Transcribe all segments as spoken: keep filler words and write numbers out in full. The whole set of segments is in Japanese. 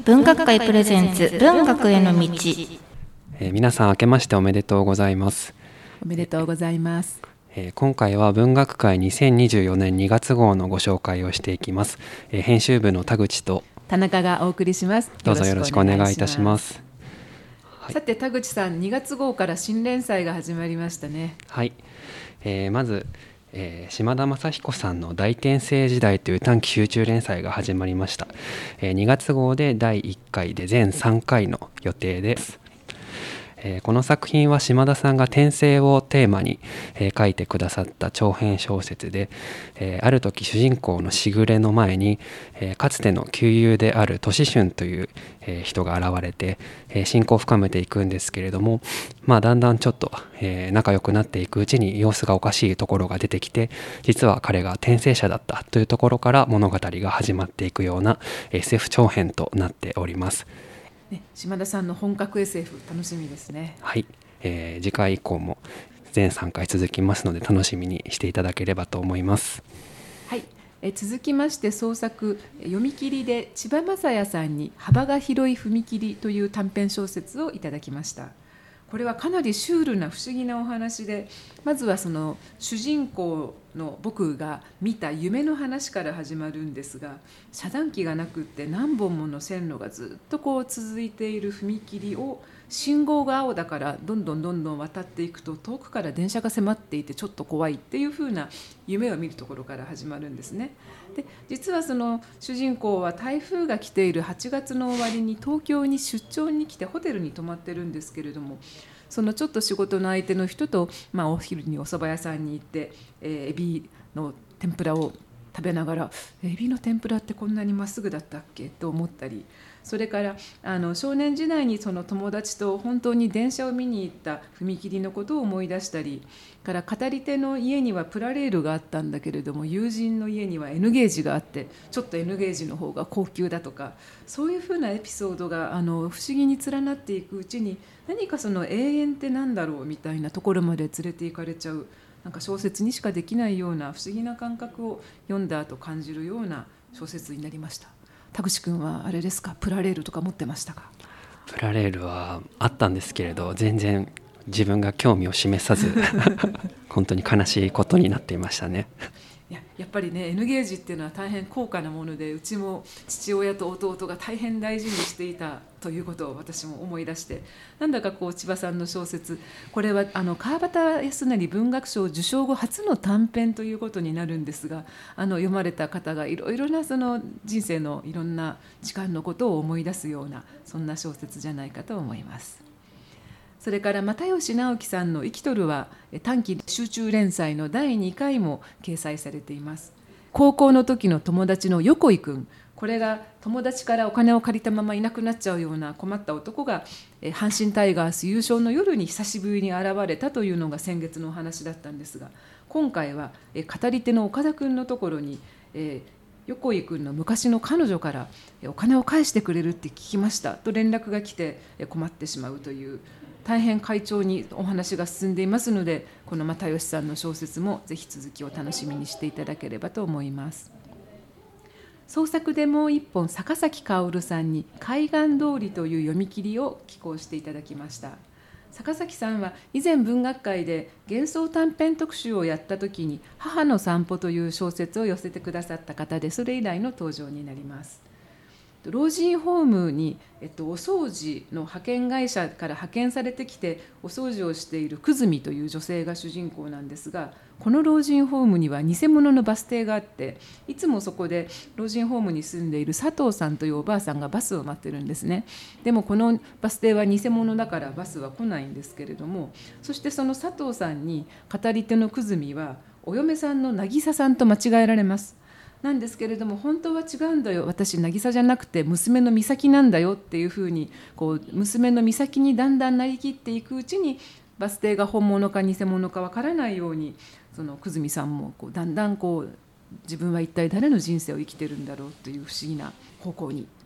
文学界プレゼンツ文学への道。 えー、皆さん明けましておめでとうございます。 おめでとうございます。 えー、今回は文学界にせんにじゅうよねんにがつ号のご紹介をしていきます。えー、編集部の田口と田中がお送りします。 どうぞよろしくお願いいたします。 はい、さて田口さん、にがつ号から新連載が始まりましたね。 はい、えー、まずえー、島田雅彦さんの大転生時代という短期集中連載が始まりました。えー、にがつ号でだいいっかいで全さんかいの予定です。えー、この作品は島田さんが転生をテーマに、えー、書いてくださった長編小説で、えー、ある時主人公のしぐれの前に、えー、かつての旧友である年春という、えー、人が現れて、えー、親交を深めていくんですけれども、まあ、だんだんちょっと、えー、仲良くなっていくうちに様子がおかしいところが出てきて、実は彼が転生者だったというところから物語が始まっていくような エスエフ 長編となっております。 ね、島田さんの本格 エスエフ 楽しみですね。 はい、えー、次回以降も全さんかい続きますので楽しみにしていただければと思います。 はい、え続きまして創作読み切りで千葉雅也さんに幅が広い踏切という短編小説をいただきました。これはかなりシュールな不思議なお話で、まずはその主人公の僕が見た夢の話から始まるんですが、遮断機がなくって何本もの線路がずっとこう続いている踏切を、信号が青だからどんどんどんどん渡っていくと遠くから電車が迫っていてちょっと怖いっていう風な夢を見るところから始まるんですね。で実はその主人公は台風が来ているはちがつの終わりに東京に出張に来てホテルに泊まってるんですけれども、そのちょっと仕事の相手の人と、まあ、お昼にお蕎麦屋さんに行って、えー、エビの天ぷらを食べながら、エビの天ぷらってこんなにまっすぐだったっけと思ったり、それからあの少年時代にその友達と本当に電車を見に行った踏切のことを思い出したり、から語り手の家にはプラレールがあったんだけれども友人の家には N ゲージがあってちょっと N ゲージの方が高級だとか、そういうふうなエピソードがあの不思議に連なっていくうちに、何かその永遠ってなんだろうみたいなところまで連れて行かれちゃう、なんか小説にしかできないような不思議な感覚を読んだ後感じるような小説になりました。田口くんはあれですか、プラレールとか持ってましたか？ プラレールはあったんですけれど、全然自分が興味を示さず本当に悲しいことになっていましたね。 いや、やっぱりね N ゲージっていうのは大変高価なもので、うちも父親と弟が大変大事にしていたということを私も思い出して、なんだかこう千葉さんの小説、これはあの川端康成文学賞受賞後初の短編ということになるんですが、あの読まれた方がいろいろなその人生のいろんな時間のことを思い出すような、そんな小説じゃないかと思います。それから又吉直樹さんの生きとるは短期集中連載のだいにかいも掲載されています。高校の時の友達の横井くん、これが友達からお金を借りたままいなくなっちゃうような困った男が阪神タイガース優勝の夜に久しぶりに現れたというのが先月のお話だったんですが、今回は語り手の岡田くんのところに横井くんの昔の彼女からお金を返してくれるって聞きましたと連絡が来て困ってしまうという、大変快調にお話が進んでいますので、この又吉さんの小説もぜひ続きを楽しみにしていただければと思います。創作でもう一本、坂崎薫さんに海岸通りという読み切りを寄稿していただきました。坂崎さんは以前文学界で幻想短編特集をやった時に母の散歩という小説を寄せてくださった方で、それ以来の登場になります。老人ホームに、えっと、お掃除の派遣会社から派遣されてきてお掃除をしている久住という女性が主人公なんですが、この老人ホームには偽物のバス停があって、いつもそこで老人ホームに住んでいる佐藤さんというおばあさんがバスを待ってるんですね。でもこのバス停は偽物だからバスは来ないんですけれども、そしてその佐藤さんに語り手の久住はお嫁さんの渚さんと間違えられます。なんですけれども、本当は違うんだよ、私渚じゃなくて娘の美咲なんだよっていうふうに、こう娘の美咲にだんだんなりきっていくうちに、バス停が本物か偽物かわからないように、その久住さんもこうだんだんこう自分は一体誰の人生を生きてるんだろうという不思議な方向に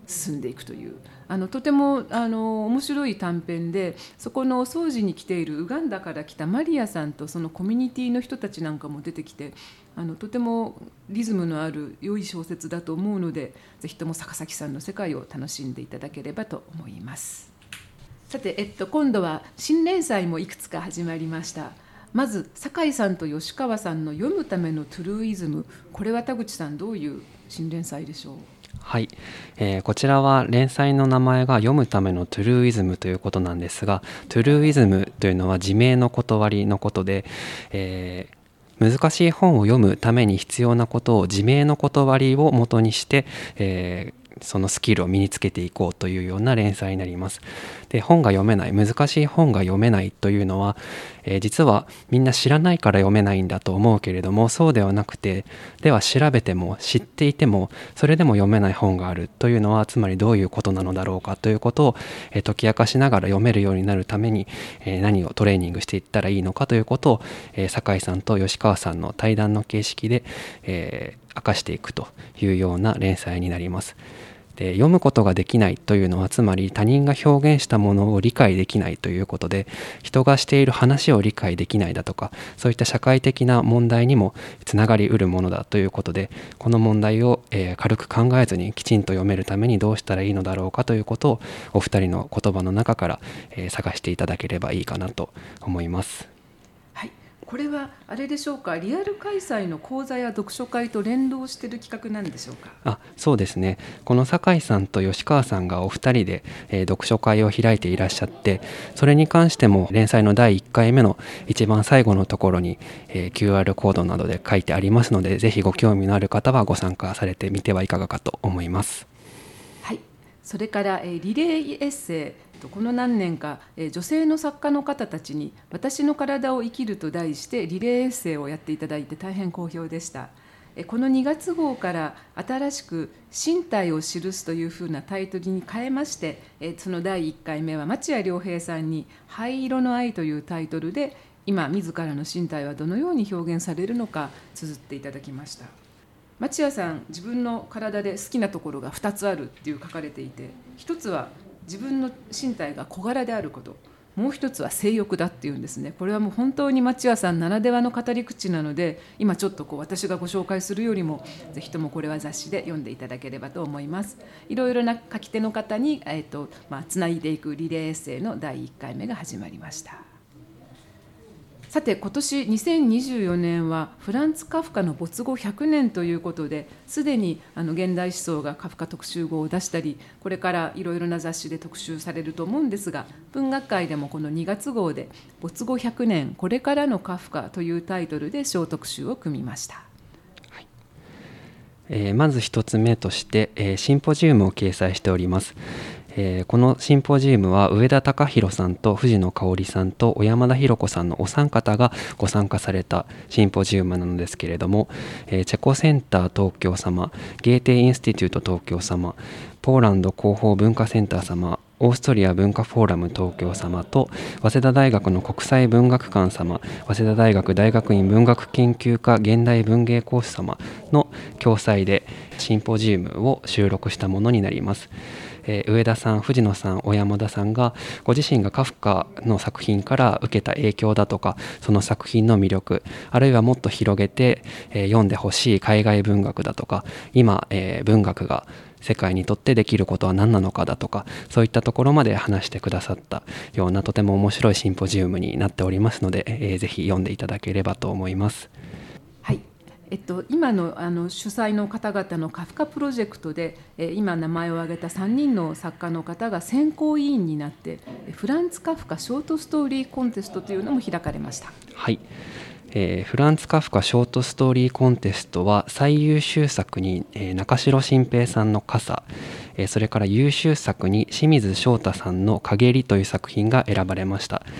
進んでいくという、あのとてもあの面白い短編で、そこのお掃除に来ているウガンダから来たマリアさんとそのコミュニティの人たちなんかも出てきて、あのとてもリズムのある良い小説だと思うので、ぜひとも坂崎さんの世界を楽しんでいただければと思います。さて、えっと、今度は新連載もいくつか始まりました。まず酒井さんと吉川さんの読むためのトゥルーイズム、これは田口さんどういう新連載でしょう？ はい、えー、こちらは連載の名前が読むためのトゥルーイズムということなんですが、トゥルーイズムというのは自明の断りのことで、えー、難しい本を読むために必要なことを自明の断りを元にして、えーそのスキルを身につけていこうというような連載になります。で、本が読めない、難しい本が読めないというのは、えー、実はみんな知らないから読めないんだと思うけれども、そうではなくて、では調べても知っていてもそれでも読めない本があるというのは、つまりどういうことなのだろうかということを、えー、解き明かしながら読めるようになるために、えー、何をトレーニングしていったらいいのかということを、えー、酒井さんと吉川さんの対談の形式で、えー、明かしていくというような連載になります。で、読むことができないというのは、つまり他人が表現したものを理解できないということで、人がしている話を理解できないだとか、そういった社会的な問題にもつながりうるものだということで、この問題を、えー、軽く考えずにきちんと読めるためにどうしたらいいのだろうかということを、お二人の言葉の中から、えー、探していただければいいかなと思います。 これはあれでしょうか、リアル開催の講座や読書会と連動している企画なんでしょうか？ あ、そうですね。この酒井さんと吉川さんがお二人で、えー、読書会を開いていらっしゃって、それに関しても連載のだいいっかいめの一番最後のところに、えー、キューアール コードなどで書いてありますので、ぜひご興味のある方はご参加されてみてはいかがかと思います。 はい、それから、えー、リレーエッセイ、この何年か、えー、女性の作家の方たちに私の体を生きると題してリレーエッセイをやっていただいて大変好評でした。えー、このにがつ号から新しく身体を記すというふうなタイトルに変えまして、えー、そのだいいっかいめは町谷良平さんに灰色の愛というタイトルで、今自らの身体はどのように表現されるのか綴っていただきました。町谷さん、自分の体で好きなところがふたつあるっていう書かれていて、ひとつは自分の身体が小柄であること、もう一つは性欲だっていうんですね。これはもう本当に町谷さんならではの語り口なので、今ちょっとこう私がご紹介するよりもぜひともこれは雑誌で読んでいただければと思います。いろいろな書き手の方に、えーとまあ、つないでいくリレーエッセイのだいいっかいめが始まりました。さて、今年にせんにじゅうよねんはフランツ・カフカの没後ひゃくねんということで、すでにあの現代思想がカフカ特集号を出したり、これからいろいろな雑誌で特集されると思うんですが、文学界でもこのにがつ号で没後ひゃくねんこれからのカフカというタイトルで小特集を組みました。 はい、えー、まず一つ目として、えー、シンポジウムを掲載しております。えー、このシンポジウムは上田隆弘さんと藤野香織さんと小山田博子さんのお三方がご参加されたシンポジウムなのですけれども、えー、チェコセンター東京様、ゲーテインスティテュート東京様、ポーランド広報文化センター様、オーストリア文化フォーラム東京様と早稲田大学の国際文学館様、早稲田大学大学院文学研究科現代文芸講師様の共催でシンポジウムを収録したものになります。えー、上田さん、藤野さん、小山田さんがご自身がカフカの作品から受けた影響だとか、その作品の魅力、あるいはもっと広げて、えー、読んでほしい海外文学だとか、今、えー、文学が世界にとってできることは何なのかだとか、そういったところまで話してくださったようなとても面白いシンポジウムになっておりますので、えー、ぜひ読んでいただければと思います。 はい、えっと、今 の, あの主催の方々のカフカプロジェクトで、えー、今名前を挙げたさんにんの作家の方が選考委員になってフランツ・カフカショートストーリーコンテストというのも開かれました。 はい、えー、フランツ・カフカショートストーリーコンテストは最優秀作に、えー、中城新平さんの傘、えー、それから優秀作に清水翔太さんの陰りという作品が選ばれました。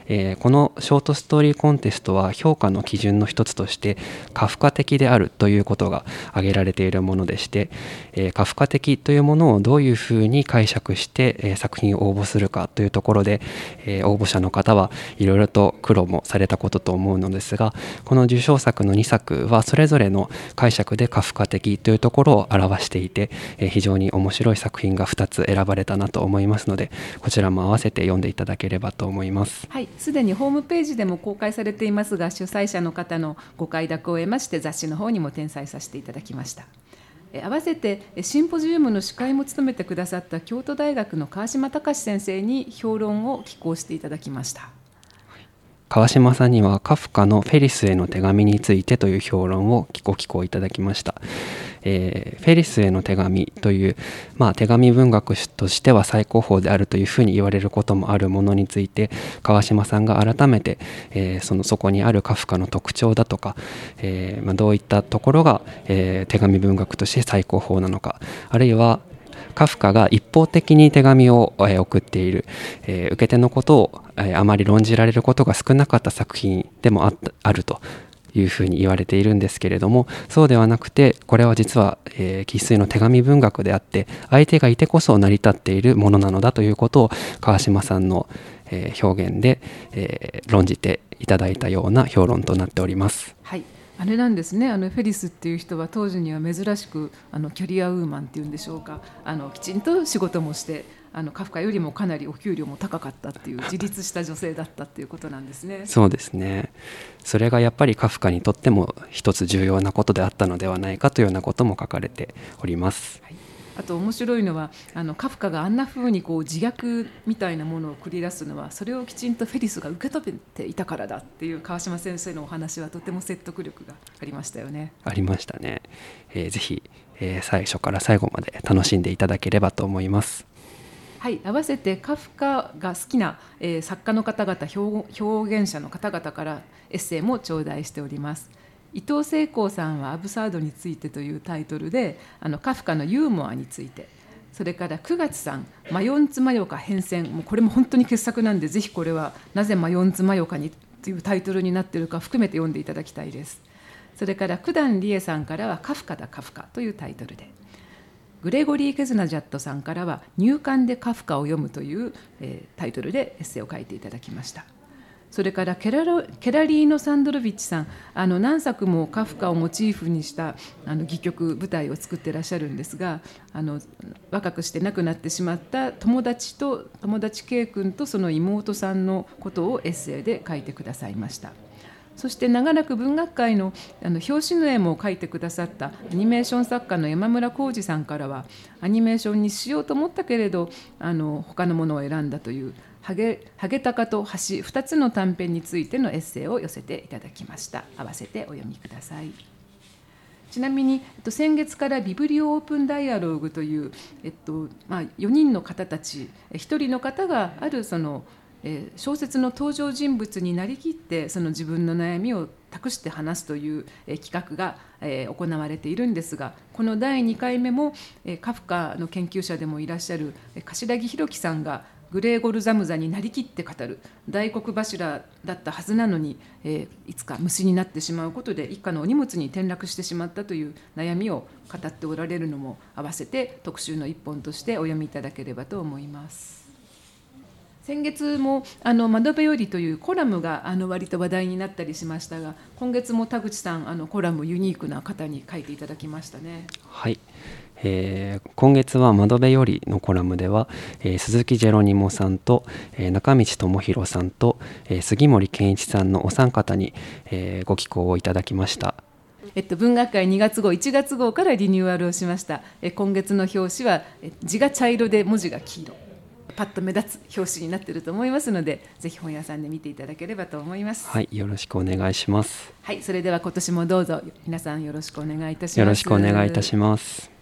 えー、このショートストーリーコンテストは評価の基準の一つとしてカフカ的であるということが挙げられているものでして、えー、カフカ的というものをどういうふうに解釈して、えー、作品を応募するかというところで、えー、応募者の方はいろいろと苦労もされたことと思うのですが、この受賞作のにさくはそれぞれの解釈でカフカ的というところを表していて、えー、非常に面白い作品がふたつ選ばれたなと思いますので、こちらも合わせて読んでいただければと思います。 はい、すでにホームページでも公開されていますが、主催者の方のご快諾を得まして雑誌の方にも転載させていただきました。合わせてシンポジウムの司会も務めてくださった京都大学の川島隆先生に評論を寄稿していただきました。 川島さんにはカフカのフェリスへの手紙についてという評論をご寄稿いただきました。えー、フェリスへの手紙という、まあ、手紙文学としては最高峰であるというふうに言われることもあるものについて、川島さんが改めて、えー、そのそこにあるカフカの特徴だとか、えーまあ、どういったところが、えー、手紙文学として最高峰なのか、あるいはカフカが一方的に手紙を送っている、えー、受け手のことをあまり論じられることが少なかった作品でも あ, あるというふうに言われているんですけれども、そうではなくて、これは実は生粋、えー、の手紙文学であって、相手がいてこそ成り立っているものなのだということを川島さんの、えー、表現で、えー、論じていただいたような評論となっております。 はい、あれなんですね、あのフェリスっていう人は当時には珍しくあのキャリアウーマンっていうんでしょうか、あのきちんと仕事もして、あのカフカよりもかなりお給料も高かったっていう自立した女性だったっていうことなんですね。 そうですね。それがやっぱりカフカにとっても一つ重要なことであったのではないかというようなことも書かれております。 はい、あと面白いのは、あのカフカがあんな風にこう自虐みたいなものを繰り出すのは、それをきちんとフェリスが受け止めていたからだっていう川島先生のお話はとても説得力がありましたよね。 ありましたね。えー、ぜひ、えー、最初から最後まで楽しんでいただければと思います。 はい、合わせてカフカが好きな、えー、作家の方々、表、表現者の方々からエッセイも頂戴しております。伊藤聖光さんはアブサードについてというタイトルで、あのカフカのユーモアについて、それからくがつさん、マヨンツマヨカ変遷、もうこれも本当に傑作なんで、ぜひこれはなぜマヨンツマヨカにというタイトルになっているか含めて読んでいただきたいです。それから九段理恵さんからはカフカだカフカというタイトルで、グレゴリー・ケズナジャットさんからは入管でカフカを読むという、えー、タイトルでエッセイを書いていただきました。それからケラロケラリーノ・サンドロビッチさん、あの何作もカフカをモチーフにしたあの戯曲舞台を作っていらっしゃるんですが、あの若くして亡くなってしまった友達と友達 K 君とその妹さんのことをエッセイで書いてくださいました。そして長らく文学界 の, あの表紙の絵も描いてくださったアニメーション作家の山村浩二さんからは、アニメーションにしようと思ったけれどあの他のものを選んだというハゲハゲタカと橋ふたつの短編についてのエッセイを寄せていただきました。合わせてお読みください。ちなみに、えっと、先月からビブリオオープンダイアローグという、えっとまあ、よにんの方たち、ひとりの方があるそのえー、小説の登場人物になりきってその自分の悩みを託して話すという、えー、企画が、えー、行われているんですが、このだいにかいめも、えー、カフカの研究者でもいらっしゃる、えー、柏木弘樹さんがグレーゴルザムザになりきって語る大黒柱だったはずなのに、えー、いつか虫になってしまうことで一家のお荷物に転落してしまったという悩みを語っておられるのも合わせて特集の一本としてお読みいただければと思います。先月もあの窓辺よりというコラムがあの割と話題になったりしましたが、今月も田口さんあのコラムユニークな方に書いていただきましたね。 はい、えー、今月は窓辺よりのコラムでは、えー、鈴木ジェロニモさんと、えー、中道智弘さんと、えー、杉森健一さんのお三方に、えー、ご寄稿をいただきました。 えっと、文学界にがつごういちがつごうからリニューアルをしました。え今月の表紙は字が茶色で文字が黄色、パッと目立つ表紙になっていると思いますので、ぜひ本屋さんで見ていただければと思います。 はい、よろしくお願いします。 はい、それでは今年もどうぞ皆さんよろしくお願いいたします。 よろしくお願いいたします。